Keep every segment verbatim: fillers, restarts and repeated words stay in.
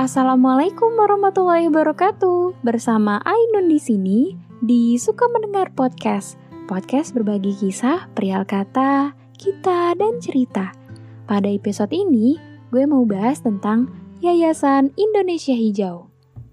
Assalamualaikum warahmatullahi wabarakatuh. Bersama Ainun di sini di Suka Mendengar Podcast. Podcast berbagi kisah, perihal kata, kita, dan cerita. Pada episode ini, gue mau bahas tentang Yayasan Indonesia Hijau.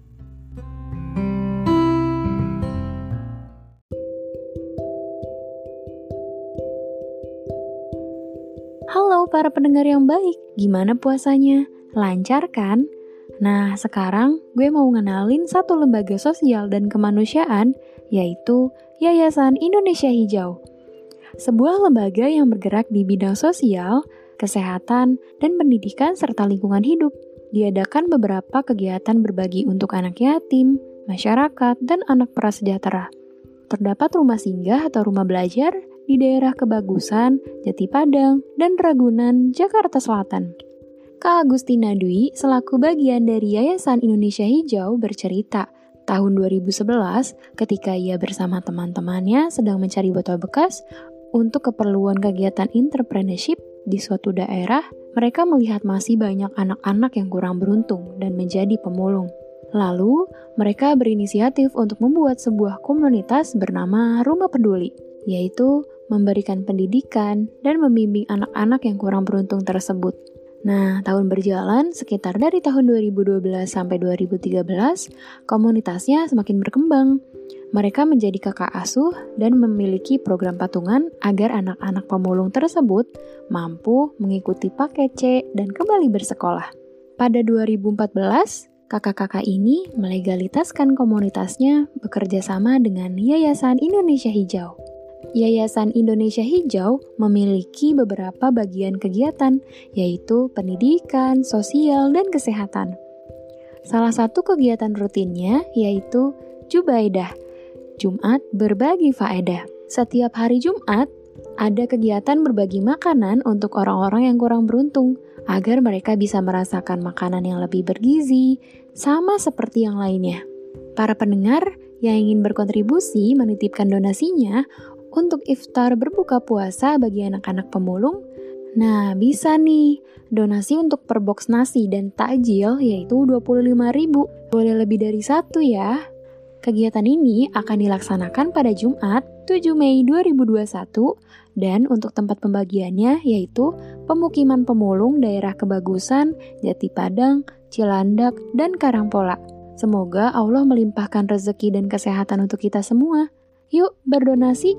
Halo para pendengar yang baik, gimana puasanya? Lancar kan? Nah, sekarang gue mau ngenalin satu lembaga sosial dan kemanusiaan, yaitu Yayasan Indonesia Hijau. Sebuah lembaga yang bergerak di bidang sosial, kesehatan, dan pendidikan serta lingkungan hidup. Diadakan beberapa kegiatan berbagi untuk anak yatim, masyarakat, dan anak prasejahtera. Terdapat rumah singgah atau rumah belajar di daerah Kebagusan, Jati Padang, dan Ragunan, Jakarta Selatan. Kak Agustina Dwi, selaku bagian dari Yayasan Indonesia Hijau, bercerita, tahun dua ribu sebelas, ketika ia bersama teman-temannya sedang mencari botol bekas untuk keperluan kegiatan entrepreneurship di suatu daerah, mereka melihat masih banyak anak-anak yang kurang beruntung dan menjadi pemulung. Lalu, mereka berinisiatif untuk membuat sebuah komunitas bernama Rumah Peduli, yaitu memberikan pendidikan dan membimbing anak-anak yang kurang beruntung tersebut. Nah, tahun berjalan, sekitar dari tahun dua ribu dua belas sampai dua ribu tiga belas, komunitasnya semakin berkembang. Mereka menjadi kakak asuh dan memiliki program patungan agar anak-anak pemulung tersebut mampu mengikuti paket C dan kembali bersekolah. Pada dua ribu empat belas, kakak-kakak ini melegalitaskan komunitasnya bekerja sama dengan Yayasan Indonesia Hijau. Yayasan Indonesia Hijau memiliki beberapa bagian kegiatan, yaitu pendidikan, sosial, dan kesehatan. Salah satu kegiatan rutinnya yaitu Jubaidah, Jumat Berbagi Faedah. Setiap hari Jumat, ada kegiatan berbagi makanan untuk orang-orang yang kurang beruntung, agar mereka bisa merasakan makanan yang lebih bergizi, sama seperti yang lainnya. Para pendengar yang ingin berkontribusi menitipkan donasinya untuk iftar berbuka puasa bagi anak-anak pemulung, nah bisa nih, donasi untuk per box nasi dan takjil yaitu dua puluh lima ribu, boleh lebih dari satu ya. Kegiatan ini akan dilaksanakan pada Jumat tujuh Mei dua ribu dua puluh satu dan untuk tempat pembagiannya yaitu pemukiman pemulung daerah Kebagusan, Jati Padang, Cilandak, dan Karangpola. Semoga Allah melimpahkan rezeki dan kesehatan untuk kita semua. Yuk berdonasi!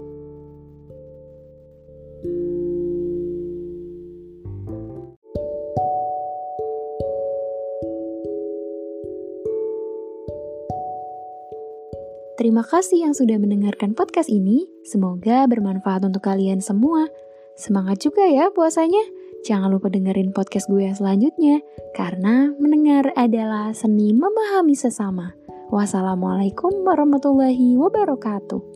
Terima kasih yang sudah mendengarkan podcast ini. Semoga bermanfaat untuk kalian semua. Semangat juga ya puasanya. Jangan lupa dengerin podcast gue yang selanjutnya, karena mendengar adalah seni memahami sesama. Wassalamualaikum warahmatullahi wabarakatuh.